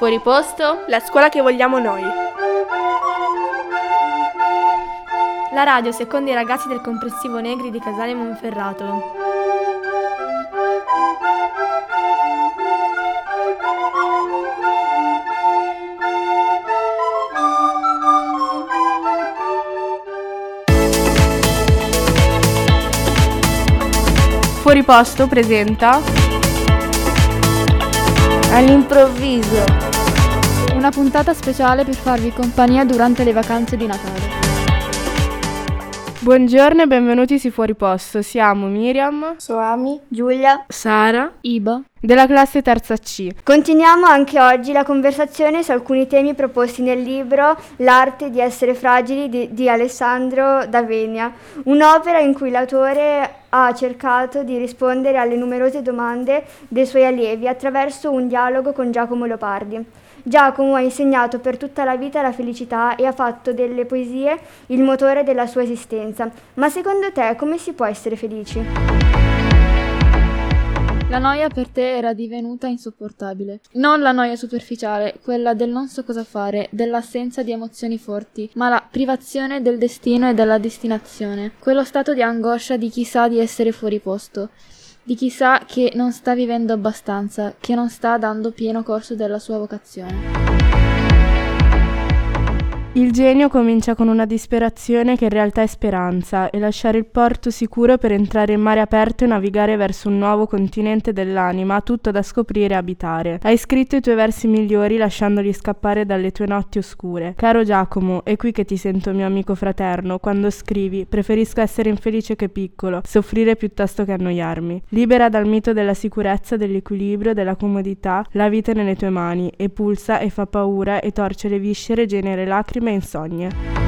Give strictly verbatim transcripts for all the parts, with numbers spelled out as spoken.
Fuori posto, la scuola che vogliamo noi. La radio secondo i ragazzi del Comprensivo Negri di Casale Monferrato. Fuori posto presenta All'improvviso, una puntata speciale per farvi compagnia durante le vacanze di Natale. Buongiorno e benvenuti su Fuori Posto. Siamo Miriam, Soami, Giulia, Sara, Iba, della classe terza C. Continuiamo anche oggi la conversazione su alcuni temi proposti nel libro L'arte di essere fragili di, di Alessandro D'Avenia, un'opera in cui l'autore ha cercato di rispondere alle numerose domande dei suoi allievi attraverso un dialogo con Giacomo Leopardi. Giacomo ha insegnato per tutta la vita la felicità e ha fatto delle poesie il motore della sua esistenza. Ma secondo te come si può essere felici? La noia per te era divenuta insopportabile. Non la noia superficiale, quella del non so cosa fare, dell'assenza di emozioni forti, ma la privazione del destino e della destinazione. Quello stato di angoscia di chi sa di essere fuori posto, di chi sa che non sta vivendo abbastanza, che non sta dando pieno corso della sua vocazione. Il genio comincia con una disperazione che in realtà è speranza e lasciare il porto sicuro per entrare in mare aperto e navigare verso un nuovo continente dell'anima, tutto da scoprire e abitare. Hai scritto i tuoi versi migliori lasciandoli scappare dalle tue notti oscure. Caro Giacomo, è qui che ti sento mio amico fraterno, quando scrivi preferisco essere infelice che piccolo, soffrire piuttosto che annoiarmi. Libera dal mito della sicurezza, dell'equilibrio, della comodità, la vita è nelle tue mani e pulsa e fa paura e torce le viscere, genere lacrime e insogne.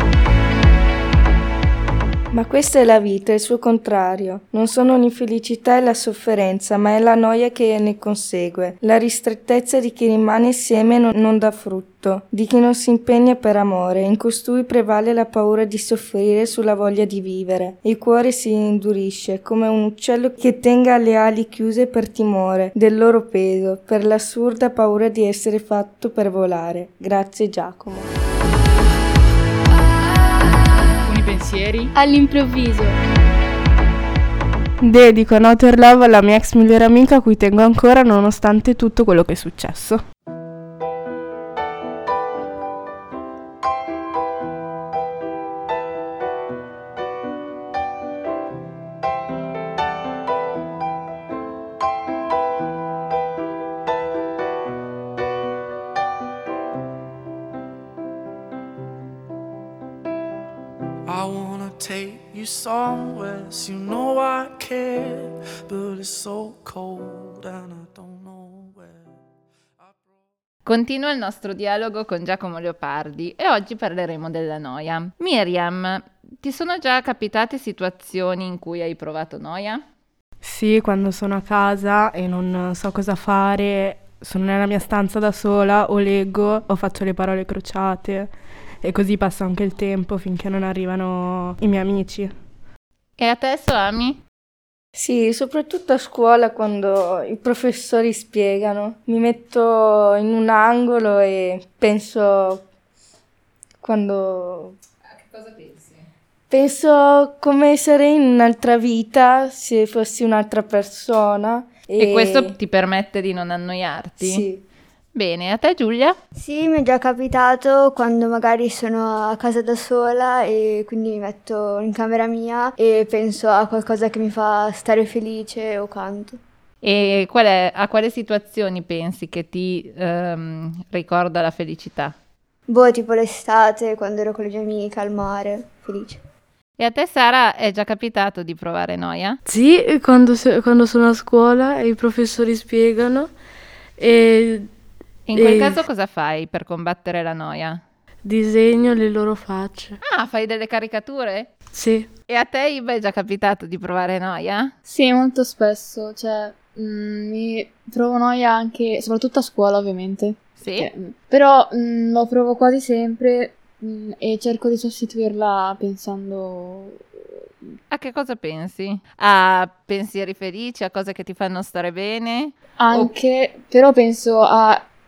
ma questa è la vita, il suo contrario. Non sono l'infelicità e la sofferenza, ma è la noia che ne consegue. La ristrettezza di chi rimane insieme non, non dà frutto, di chi non si impegna per amore. In costui prevale la paura di soffrire sulla voglia di vivere. Il cuore si indurisce, come un uccello che tenga le ali chiuse per timore del loro peso, per l'assurda paura di essere fatto per volare. Grazie Giacomo. pensieri all'improvviso. Dedico Another Love alla mia ex migliore amica a cui tengo ancora nonostante tutto quello che è successo. I wanna take you somewhere, so you know I care, but it's so cold and I don't know where. Continua il nostro dialogo con Giacomo Leopardi e oggi parleremo della noia. Miriam, ti sono già capitate situazioni in cui hai provato noia? Sì, quando sono a casa e non so cosa fare, sono nella mia stanza da sola o leggo o faccio le parole crociate. E così passa anche il tempo finché non arrivano i miei amici. E a te, Soami? Sì, soprattutto a scuola quando i professori spiegano. Mi metto in un angolo e penso quando... A che cosa pensi? Penso come sarei in un'altra vita se fossi un'altra persona. E, e questo ti permette di non annoiarti? Sì. Bene, a te Giulia? Sì, mi è già capitato quando magari sono a casa da sola e quindi mi metto in camera mia e penso a qualcosa che mi fa stare felice o canto. E qual è, a quale situazioni pensi che ti ehm, ricorda la felicità? Boh, tipo l'estate, quando ero con le mie amiche al mare, felice. E a te Sara è già capitato di provare noia? Sì, quando, se- quando sono a scuola e i professori spiegano e... In quel E caso cosa fai per combattere la noia? disegno le loro facce. Ah, fai delle caricature? Sì. E a te Iba è già capitato di provare noia? Sì, molto spesso, cioè mm, mi provo noia anche, soprattutto a scuola ovviamente. Sì. Che, mm, però mm, lo provo quasi sempre mm, e cerco di sostituirla pensando... A che cosa pensi? A pensieri felici, a cose che ti fanno stare bene? Anche, però penso a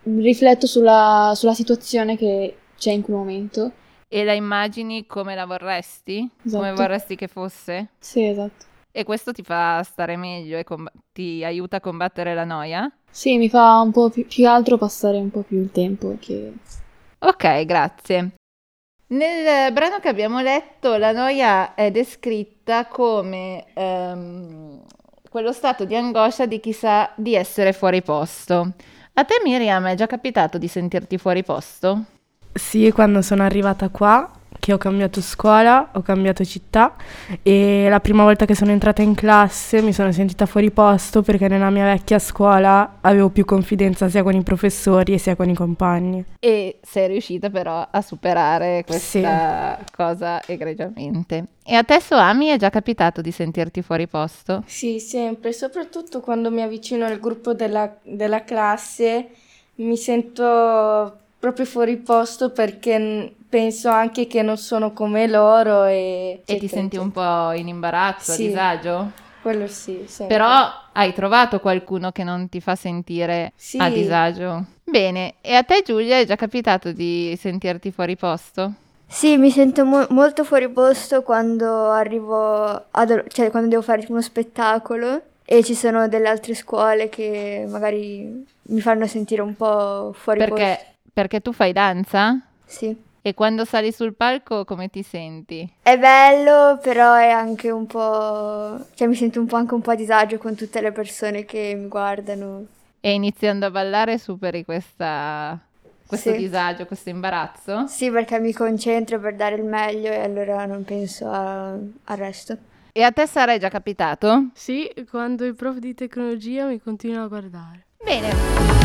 rifletto sulla, sulla situazione che c'è in quel momento. E la immagini come la vorresti? Esatto. Come vorresti che fosse? Sì, esatto. E questo ti fa stare meglio e com- ti aiuta a combattere la noia? Sì, mi fa un po' più, più che altro passare un po' più il tempo. Che... Ok, grazie. Nel brano che abbiamo letto, la noia è descritta come ehm, quello stato di angoscia di chi sa di essere fuori posto. A te, Miriam, è già capitato di sentirti fuori posto? Sì, quando sono arrivata qua, che ho cambiato scuola, ho cambiato città e la prima volta che sono entrata in classe mi sono sentita fuori posto perché nella mia vecchia scuola avevo più confidenza sia con i professori e sia con i compagni. E sei riuscita però a superare questa sì. cosa egregiamente. E a te, Soami, è già capitato di sentirti fuori posto? Sì, sempre, soprattutto quando mi avvicino al gruppo della, della classe mi sento proprio fuori posto perché penso anche che non sono come loro e... E ti senti un po' in imbarazzo, sì, a disagio? Quello sì, sempre. Però hai trovato qualcuno che non ti fa sentire sì. a disagio? Bene, e a te, Giulia, è già capitato di sentirti fuori posto? Sì, mi sento mo- molto fuori posto quando arrivo, ad, cioè quando devo fare uno spettacolo e ci sono delle altre scuole che magari mi fanno sentire un po' fuori perché, posto. Perché tu fai danza? Sì. E quando sali sul palco come ti senti? È bello, però è anche un po'... cioè mi sento un po' anche un po' a disagio con tutte le persone che mi guardano. E iniziando a ballare superi questa... questo sì. disagio, questo imbarazzo? Sì, perché mi concentro per dare il meglio e allora non penso a... al resto. E a te, Sara, è già capitato? Sì, quando i prof di tecnologia mi continuano a guardare. Bene.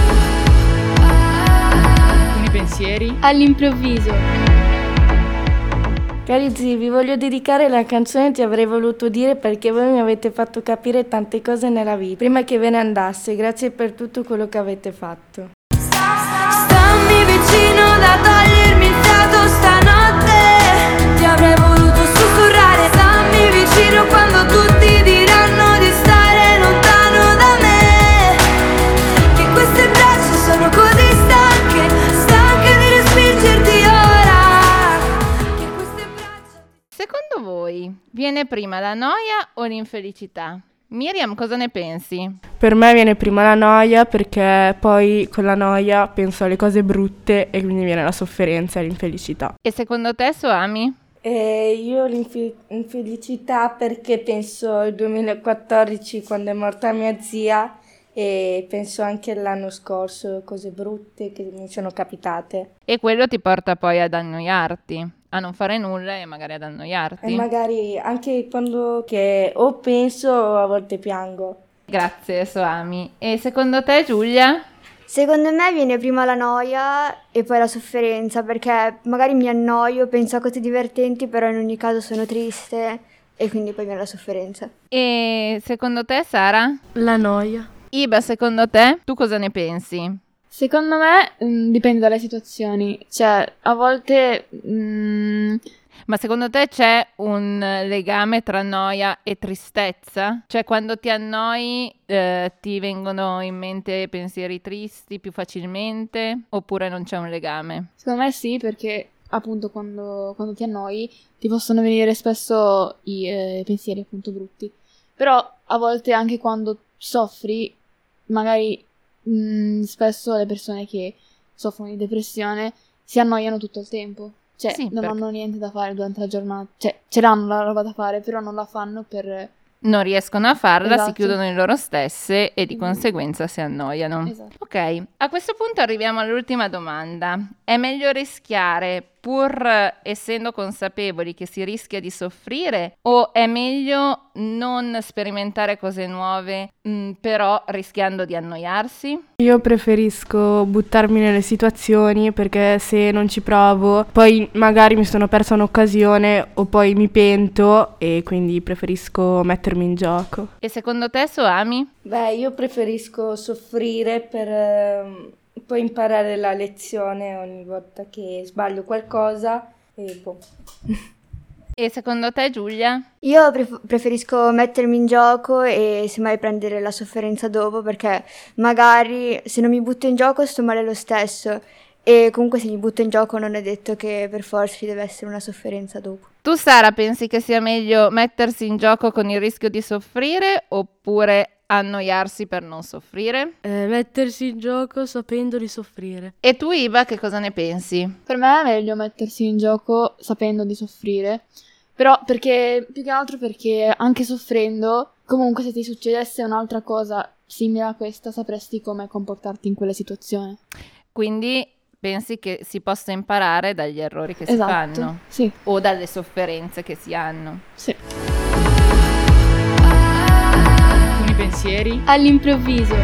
Pensieri all'improvviso. Cari zii, vi voglio dedicare la canzone Ti avrei voluto dire perché voi mi avete fatto capire tante cose nella vita. Prima che ve ne andasse, grazie per tutto quello che avete fatto. Stammi vicino da togliermi il fiato stanotte. Ti avrei voluto sussurrare. Stammi vicino quando tutti diranno di stare lontano da me. Che queste braccia sono così stanche. Secondo voi viene prima la noia o l'infelicità? Miriam, cosa ne pensi? Per me viene prima la noia perché poi con la noia penso alle cose brutte e quindi viene la sofferenza e l'infelicità. E secondo te, Soami? Eh, io l'infelicità perché penso al duemilaquattordici quando è morta mia zia e penso anche all'anno scorso, cose brutte che mi sono capitate. E quello ti porta poi ad annoiarti, a non fare nulla e magari ad annoiarti. E magari anche quando che o penso o a volte piango. Grazie, Soami. E secondo te, Giulia? Secondo me viene prima la noia e poi la sofferenza, perché magari mi annoio, penso a cose divertenti, però in ogni caso sono triste e quindi poi viene la sofferenza. E secondo te, Sara? La noia. Iba, secondo te? Tu cosa ne pensi? Secondo me mh, dipende dalle situazioni, cioè a volte... Mh... Ma secondo te c'è un legame tra noia e tristezza? Cioè quando ti annoi eh, ti vengono in mente pensieri tristi più facilmente oppure non c'è un legame? Secondo me sì, perché appunto quando, quando ti annoi ti possono venire spesso i eh, pensieri appunto brutti, però a volte anche quando soffri magari... Mm, spesso le persone che soffrono di depressione si annoiano tutto il tempo, cioè sì, non perché... hanno niente da fare durante la giornata, cioè ce l'hanno la roba da fare però non la fanno per... non riescono a farla, esatto. Si chiudono in loro stesse e di Mm. conseguenza si annoiano. Esatto. Ok, a questo punto arriviamo all'ultima domanda. È meglio rischiare pur essendo consapevoli che si rischia di soffrire o è meglio non sperimentare cose nuove mh, però rischiando di annoiarsi? Io preferisco buttarmi nelle situazioni perché se non ci provo poi magari mi sono persa un'occasione o poi mi pento e quindi preferisco mettermi in gioco. E secondo te, Soami? Beh, io preferisco soffrire per ehm, poi imparare la lezione ogni volta che sbaglio qualcosa e boh. E secondo te, Giulia? Io pref- preferisco mettermi in gioco e semmai prendere la sofferenza dopo, perché magari se non mi butto in gioco sto male lo stesso, e comunque se mi butto in gioco non è detto che per forza ci deve essere una sofferenza dopo. Tu, Sara, pensi che sia meglio mettersi in gioco con il rischio di soffrire oppure annoiarsi per non soffrire? Eh, mettersi in gioco sapendo di soffrire. E tu, Iva, che cosa ne pensi? Per me è meglio mettersi in gioco sapendo di soffrire, però perché, più che altro perché anche soffrendo, comunque se ti succedesse un'altra cosa simile a questa sapresti come comportarti in quella situazione. Quindi pensi che si possa imparare dagli errori che Esatto, si fanno? sì. O dalle sofferenze che si hanno? Sì. Alcuni pensieri? All'improvviso.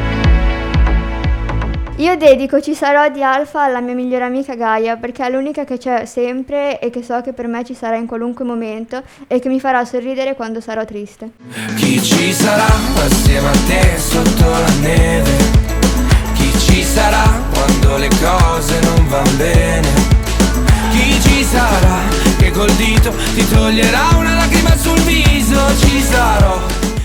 Io dedico Ci sarò di Alfa alla mia migliore amica Gaia, perché è l'unica che c'è sempre e che so che per me ci sarà in qualunque momento e che mi farà sorridere quando sarò triste. Chi ci sarà assieme a te sotto la neve? Chi ci sarà quando le cose non vanno bene? Chi ci sarà che col dito ti toglierà una lacrima sul viso? Ci sarò.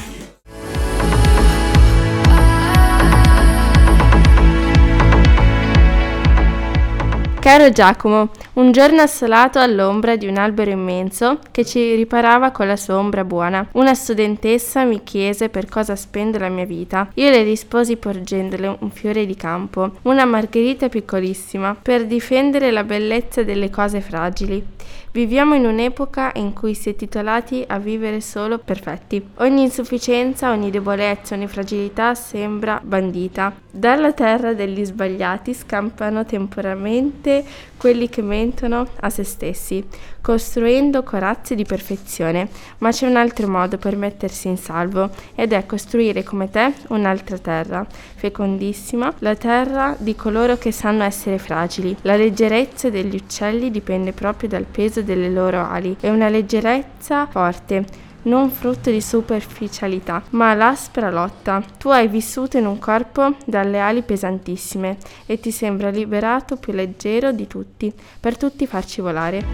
Caro Giacomo, un giorno assolato all'ombra di un albero immenso che ci riparava con la sua ombra buona, una studentessa mi chiese per cosa spendo la mia vita. Io le risposi porgendole un fiore di campo, una margherita piccolissima, per difendere la bellezza delle cose fragili. Viviamo in un'epoca in cui si è titolati a vivere solo perfetti. Ogni insufficienza, ogni debolezza, ogni fragilità sembra bandita. Dalla terra degli sbagliati scampano temporaneamente quelli che mentono a se stessi, costruendo corazze di perfezione. Ma c'è un altro modo per mettersi in salvo, ed è costruire come te un'altra terra, fecondissima, la terra di coloro che sanno essere fragili. La leggerezza degli uccelli dipende proprio dal peso delle loro ali, è una leggerezza forte, non frutto di superficialità, ma l'aspra lotta. Tu hai vissuto in un corpo dalle ali pesantissime e ti sembra liberato più leggero di tutti, per tutti farci volare.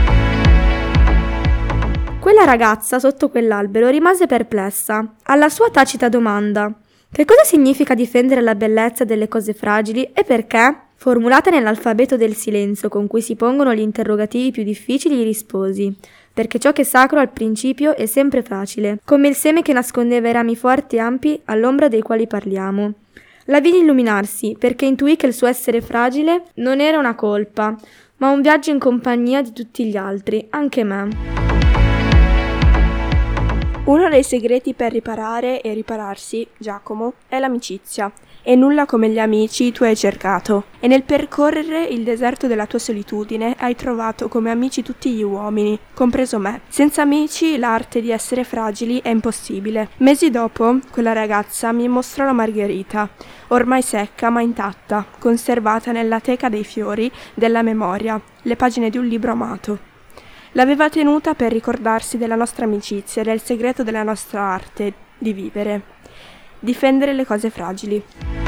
Quella ragazza sotto quell'albero rimase perplessa alla sua tacita domanda: che cosa significa difendere la bellezza delle cose fragili e perché? Formulata nell'alfabeto del silenzio con cui si pongono gli interrogativi più difficili, gli risposi: perché ciò che è sacro al principio è sempre facile, come il seme che nascondeva i rami forti e ampi all'ombra dei quali parliamo. La vidi illuminarsi perché intuì che il suo essere fragile non era una colpa, ma un viaggio in compagnia di tutti gli altri, anche me. Uno dei segreti per riparare e ripararsi, Giacomo, è l'amicizia. E nulla come gli amici tu hai cercato. E nel percorrere il deserto della tua solitudine hai trovato come amici tutti gli uomini, compreso me. Senza amici l'arte di essere fragili è impossibile. Mesi dopo, quella ragazza mi mostrò la margherita, ormai secca ma intatta, conservata nella teca dei fiori della memoria, le pagine di un libro amato. L'aveva tenuta per ricordarsi della nostra amicizia e del segreto della nostra arte di vivere. Difendere le cose fragili.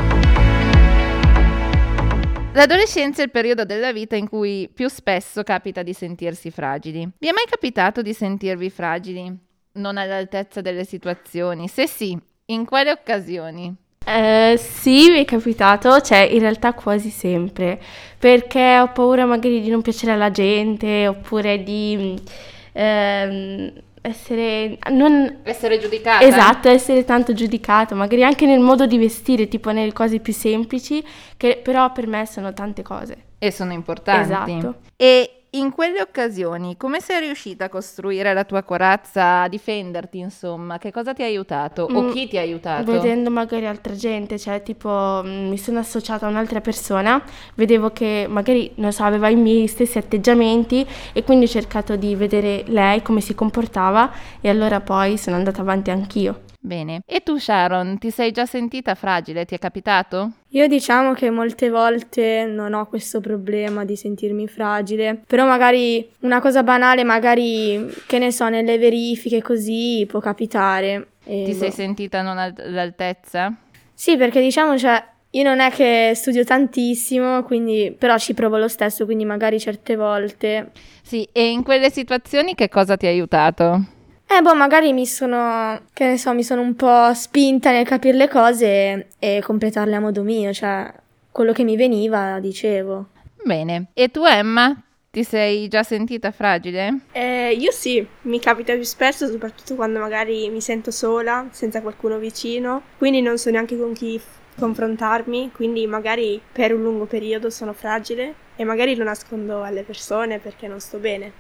L'adolescenza è il periodo della vita in cui più spesso capita di sentirsi fragili. Vi è mai capitato di sentirvi fragili? Non all'altezza delle situazioni? Se sì, in quali occasioni? Eh, sì, mi è capitato, cioè in realtà quasi sempre, perché ho paura magari di non piacere alla gente, oppure di ehm, essere non essere giudicata. Esatto, essere tanto giudicata, magari anche nel modo di vestire, tipo nelle cose più semplici, che però per me sono tante cose. E sono importanti. Esatto. E in quelle occasioni, come sei riuscita a costruire la tua corazza, a difenderti, insomma? Che cosa ti ha aiutato? O Mm, chi ti ha aiutato? Vedendo magari altra gente, cioè tipo mm, mi sono associata a un'altra persona, vedevo che magari, non so, aveva i miei stessi atteggiamenti e quindi ho cercato di vedere lei come si comportava e allora poi sono andata avanti anch'io. Bene. E tu, Sharon, ti sei già sentita fragile? Ti è capitato? Io diciamo che molte volte non ho questo problema di sentirmi fragile, però magari una cosa banale, magari, che ne so, nelle verifiche così può capitare. E Ti boh. sei sentita non all'altezza? Sì, perché diciamo, cioè, Io non è che studio tantissimo, quindi però ci provo lo stesso, quindi magari certe volte. Sì, e in quelle situazioni che cosa ti ha aiutato? Eh, boh, magari mi sono, che ne so, mi sono un po' spinta nel capire le cose e, e completarle a modo mio, cioè quello che mi veniva dicevo. Bene, e tu Emma? Ti sei già sentita fragile? Eh, io sì, mi capita più spesso, soprattutto quando magari mi sento sola, senza qualcuno vicino, quindi non so neanche con chi f- confrontarmi, quindi magari per un lungo periodo sono fragile e magari lo nascondo alle persone perché non sto bene.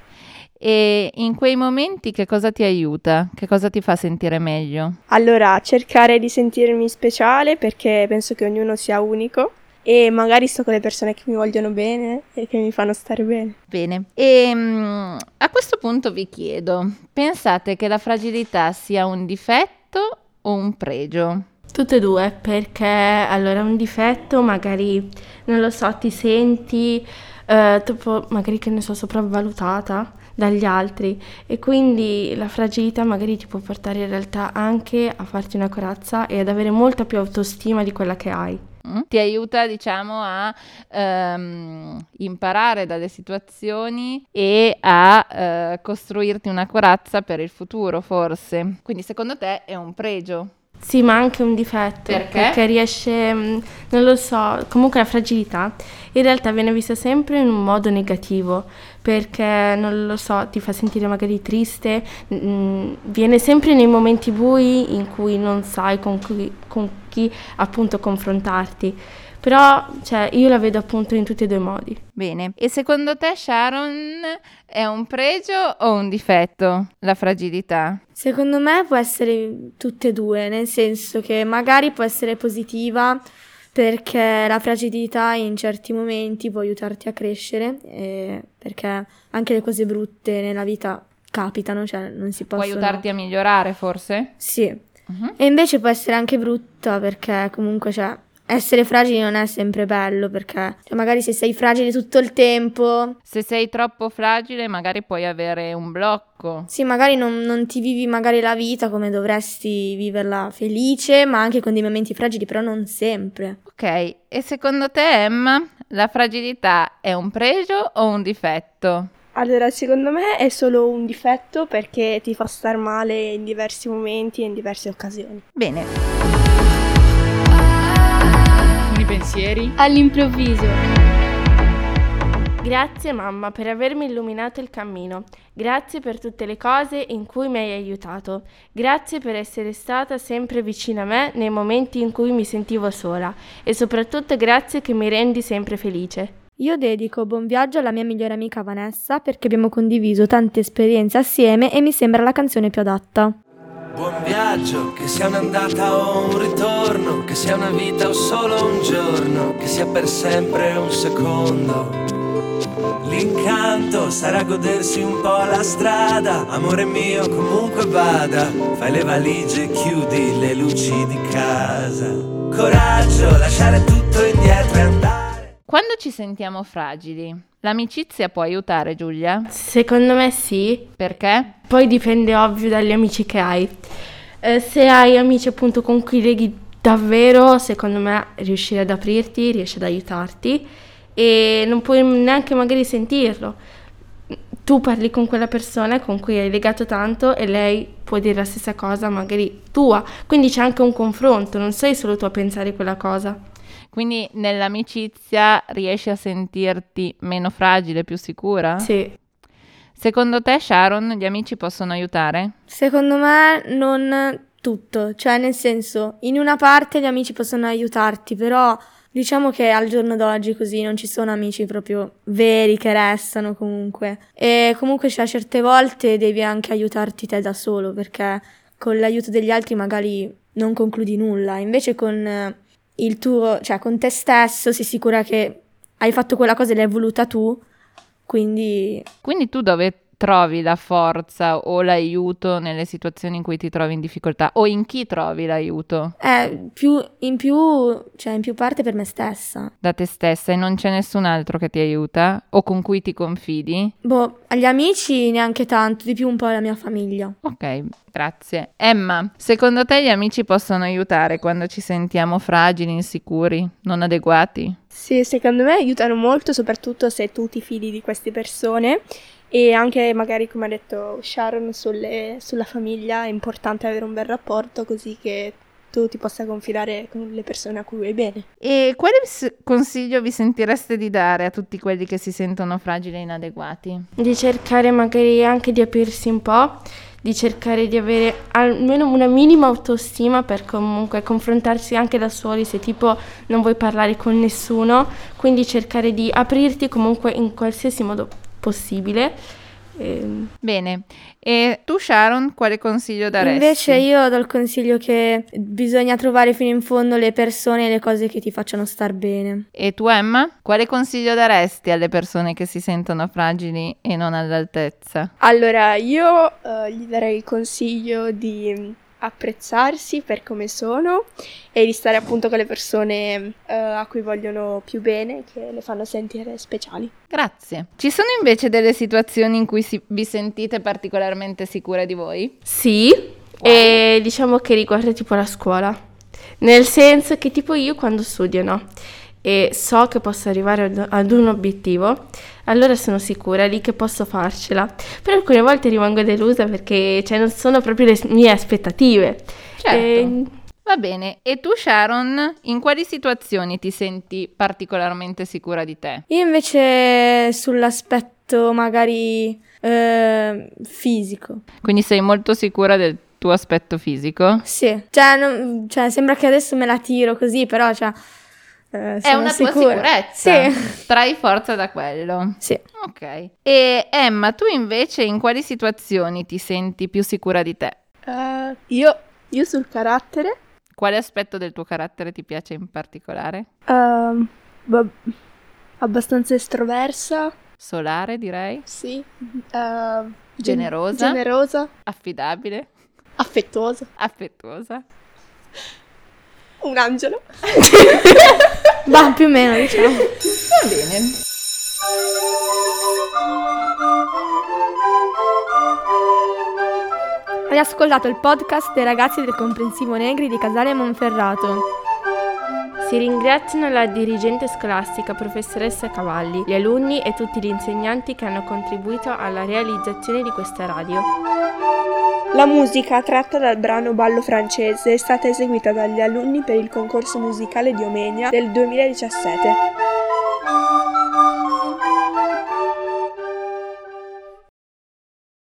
E in quei momenti che cosa ti aiuta? Che cosa ti fa sentire meglio? Allora, cercare di sentirmi speciale perché penso che ognuno sia unico. E magari sto con le persone che mi vogliono bene e che mi fanno stare bene. Bene, e um, a questo punto vi chiedo, pensate che la fragilità sia un difetto o un pregio? Tutte e due, perché allora un difetto magari, non lo so, ti senti eh, troppo, magari che ne so, sopravvalutata dagli altri e quindi la fragilità magari ti può portare in realtà anche a farti una corazza e ad avere molta più autostima di quella che hai. Mm? Ti aiuta, diciamo, a ehm, imparare dalle situazioni e a eh, costruirti una corazza per il futuro, forse. Quindi secondo te è un pregio? Sì, ma anche un difetto. Perché? Perché riesce, mh, non lo so, comunque la fragilità in realtà viene vista sempre in un modo negativo, perché, non lo so, ti fa sentire magari triste, mh, viene sempre nei momenti bui in cui non sai con chi, con chi appunto confrontarti. Però, cioè, io la vedo appunto in tutti e due i modi. Bene. E secondo te, Sharon, è un pregio o un difetto la fragilità? Secondo me può essere tutte e due, nel senso che magari può essere positiva perché la fragilità in certi momenti può aiutarti a crescere, eh, perché anche le cose brutte nella vita capitano, cioè non si possono... Può aiutarti a migliorare, forse? Sì. Uh-huh. E invece può essere anche brutta perché comunque, cioè, essere fragili non è sempre bello perché cioè, magari se sei fragile tutto il tempo... Se sei troppo fragile magari puoi avere un blocco. Sì, magari non, non ti vivi magari la vita come dovresti viverla felice, ma anche con dei momenti fragili, però non sempre. Ok, e secondo te, Emma, la fragilità è un pregio o un difetto? Allora, secondo me è solo un difetto perché ti fa star male in diversi momenti e in diverse occasioni. Bene. Pensieri all'improvviso. Grazie mamma per avermi illuminato il cammino, grazie per tutte le cose in cui mi hai aiutato, grazie per essere stata sempre vicina a me nei momenti in cui mi sentivo sola e soprattutto grazie che mi rendi sempre felice. Io dedico Buon viaggio alla mia migliore amica Vanessa perché abbiamo condiviso tante esperienze assieme e mi sembra la canzone più adatta. Buon viaggio, che sia un'andata o un ritorno, che sia una vita o solo un giorno, che sia per sempre un secondo. L'incanto sarà godersi un po' la strada, amore mio comunque vada, fai le valigie e chiudi le luci di casa. Coraggio, lasciare tutto indietro e andare. Quando ci sentiamo fragili, l'amicizia può aiutare, Giulia? Secondo me sì. Perché? Poi dipende ovvio dagli amici che hai. Eh, se hai amici appunto con cui leghi davvero, secondo me riuscire ad aprirti, riesci ad aiutarti e non puoi neanche magari sentirlo. Tu parli con quella persona con cui hai legato tanto e lei può dire la stessa cosa magari tua, quindi c'è anche un confronto, non sei solo tu a pensare quella cosa. Quindi nell'amicizia riesci a sentirti meno fragile, più sicura? Sì. Secondo te, Sharon, gli amici possono aiutare? Secondo me non tutto, cioè nel senso, in una parte gli amici possono aiutarti, però diciamo che al giorno d'oggi così non ci sono amici proprio veri che restano comunque. E comunque cioè, certe volte devi anche aiutarti te da solo, perché con l'aiuto degli altri magari non concludi nulla, invece con il tuo, cioè con te stesso sei sicura che hai fatto quella cosa e l'hai voluta tu, quindi... Quindi tu dove trovi la forza o l'aiuto nelle situazioni in cui ti trovi in difficoltà, o in chi trovi l'aiuto? Eh, più in più, cioè in più parte per me stessa. Da te stessa, e non c'è nessun altro che ti aiuta o con cui ti confidi? Boh, agli amici neanche tanto, di più un po' alla mia famiglia. Ok, grazie. Emma, secondo te gli amici possono aiutare quando ci sentiamo fragili, insicuri, non adeguati? Sì, secondo me aiutano molto, soprattutto se tu ti fidi di queste persone, e anche magari, come ha detto Sharon, sulle, sulla famiglia è importante avere un bel rapporto, così che tu ti possa confidare con le persone a cui vuoi bene. E quale s- consiglio vi sentireste di dare a tutti quelli che si sentono fragili e inadeguati? Di cercare magari anche di aprirsi un po', di cercare di avere almeno una minima autostima per comunque confrontarsi anche da soli, se tipo non vuoi parlare con nessuno, quindi cercare di aprirti comunque in qualsiasi modo possibile. E... Bene, e tu Sharon quale consiglio daresti? Invece io do il consiglio che bisogna trovare fino in fondo le persone e le cose che ti facciano star bene. E tu Emma, quale consiglio daresti alle persone che si sentono fragili e non all'altezza? Allora, io eh, gli darei il consiglio di apprezzarsi per come sono e di stare appunto con le persone eh, a cui vogliono più bene, che le fanno sentire speciali. Grazie. Ci sono invece delle situazioni in cui si- vi sentite particolarmente sicure di voi? Sì, wow. E diciamo che riguarda tipo la scuola, nel senso che tipo io quando studio, no? E so che posso arrivare ad, ad un obiettivo, allora sono sicura lì che posso farcela. Però alcune volte rimango delusa perché cioè, non sono proprio le mie aspettative. Certo. E... Va bene, e tu Sharon, in quali situazioni ti senti particolarmente sicura di te? Io invece sull'aspetto magari eh, fisico. Quindi sei molto sicura del tuo aspetto fisico? Sì, cioè, non, cioè sembra che adesso me la tiro così, però cioè... Eh, È una sicura. tua sicurezza, sì. Trai forza da quello. Sì. Ok. E Emma, tu invece in quali situazioni ti senti più sicura di te? Uh, io, io sul carattere. Quale aspetto del tuo carattere ti piace in particolare? Uh, b- abbastanza estroversa. Solare, direi. Sì. Uh, generosa. Gen- generosa. Affidabile. Affettuosa. Affettuosa. Un angelo. Bah, più o meno, diciamo. Va bene. Hai ascoltato il podcast dei ragazzi del Comprensivo Negri di Casale Monferrato. Si ringraziano la dirigente scolastica professoressa Cavalli, gli alunni e tutti gli insegnanti che hanno contribuito alla realizzazione di questa radio. La musica tratta dal brano Ballo francese è stata eseguita dagli alunni per il concorso musicale di Omegna del duemiladiciassette.